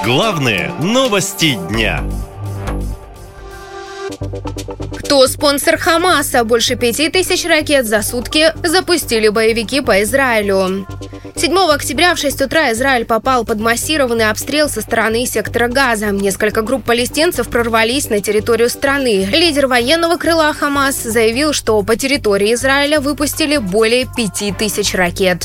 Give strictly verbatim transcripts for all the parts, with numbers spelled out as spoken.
Главные новости дня. Кто спонсор Хамаса? Больше пяти тысяч ракет за сутки запустили боевики по Израилю. седьмого октября в шесть утра Израиль попал под массированный обстрел со стороны сектора Газа. Несколько групп палестинцев прорвались на территорию страны. Лидер военного крыла Хамас заявил, что по территории Израиля выпустили более пяти тысяч ракет.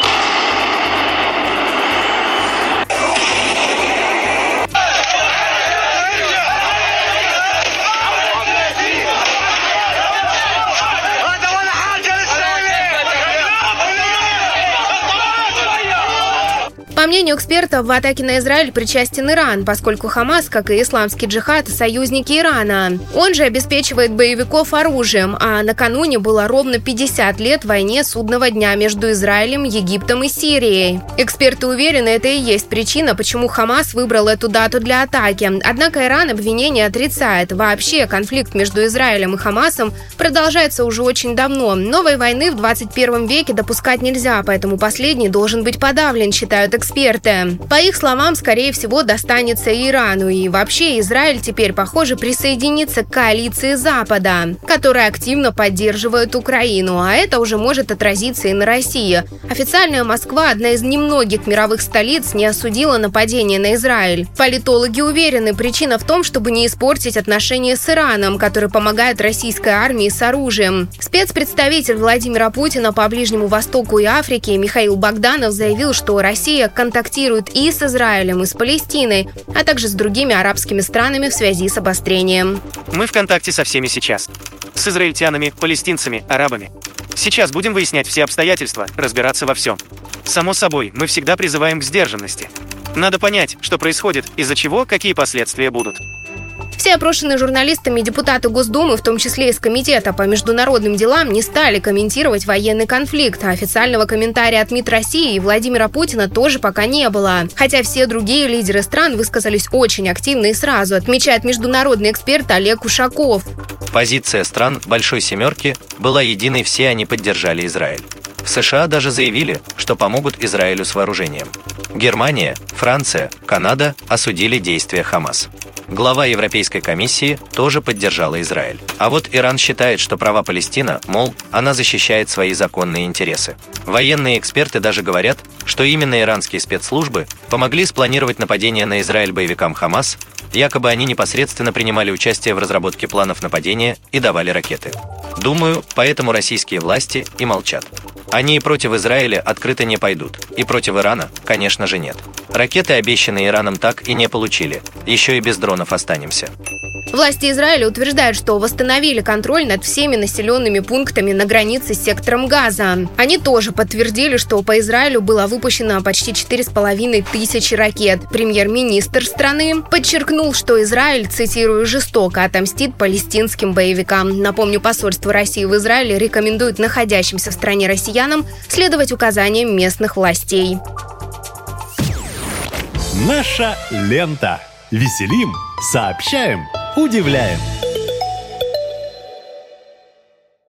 По мнению экспертов, в атаке на Израиль причастен Иран, поскольку Хамас, как и исламский джихад, союзники Ирана. Он же обеспечивает боевиков оружием, а накануне было ровно пятьдесят лет войне судного дня между Израилем, Египтом и Сирией. Эксперты уверены, это и есть причина, почему Хамас выбрал эту дату для атаки. Однако Иран обвинения отрицает. Вообще, конфликт между Израилем и Хамасом продолжается уже очень давно. Новой войны в двадцать первом веке допускать нельзя, поэтому последний должен быть подавлен, считают эксперты. Эксперты. По их словам, скорее всего, достанется и Ирану. И вообще Израиль теперь, похоже, присоединится к коалиции Запада, которая активно поддерживает Украину. А это уже может отразиться и на России. Официальная Москва, одна из немногих мировых столиц, не осудила нападение на Израиль. Политологи уверены, причина в том, чтобы не испортить отношения с Ираном, который помогает российской армии с оружием. Спецпредставитель Владимира Путина по Ближнему Востоку и Африке Михаил Богданов заявил, что Россия контактирует и с Израилем, и с Палестиной, а также с другими арабскими странами в связи с обострением. Мы в контакте со всеми сейчас. С израильтянами, палестинцами, арабами. Сейчас будем выяснять все обстоятельства, разбираться во всем. Само собой, мы всегда призываем к сдержанности. Надо понять, что происходит, из-за чего, какие последствия будут. Все опрошенные журналистами депутаты Госдумы, в том числе из Комитета по международным делам, не стали комментировать военный конфликт. А официального комментария от МИД России и Владимира Путина тоже пока не было. Хотя все другие лидеры стран высказались очень активно и сразу, отмечает международный эксперт Олег Ушаков. Позиция стран «Большой семерки» была единой, все они поддержали Израиль. В США даже заявили, что помогут Израилю с вооружением. Германия, Франция, Канада осудили действия Хамас. Глава Европейской комиссии тоже поддержала Израиль. А вот Иран считает, что права Палестина, мол, она защищает свои законные интересы. Военные эксперты даже говорят, что именно иранские спецслужбы помогли спланировать нападение на Израиль боевикам Хамас, якобы они непосредственно принимали участие в разработке планов нападения и давали ракеты. Думаю, поэтому российские власти и молчат. Они и против Израиля открыто не пойдут, и против Ирана, конечно же, нет. Ракеты, обещанные Ираном, так и не получили. Еще и без дронов останемся. Власти Израиля утверждают, что восстановили контроль над всеми населенными пунктами на границе с сектором Газа. Они тоже подтвердили, что по Израилю было выпущено почти четыре с половиной тысячи ракет. Премьер-министр страны подчеркнул, что Израиль, цитирую, жестоко отомстит палестинским боевикам. Напомню, посольство России в Израиле рекомендует находящимся в стране россиянам следовать указаниям местных властей. Наша лента. Веселим, сообщаем, удивляем.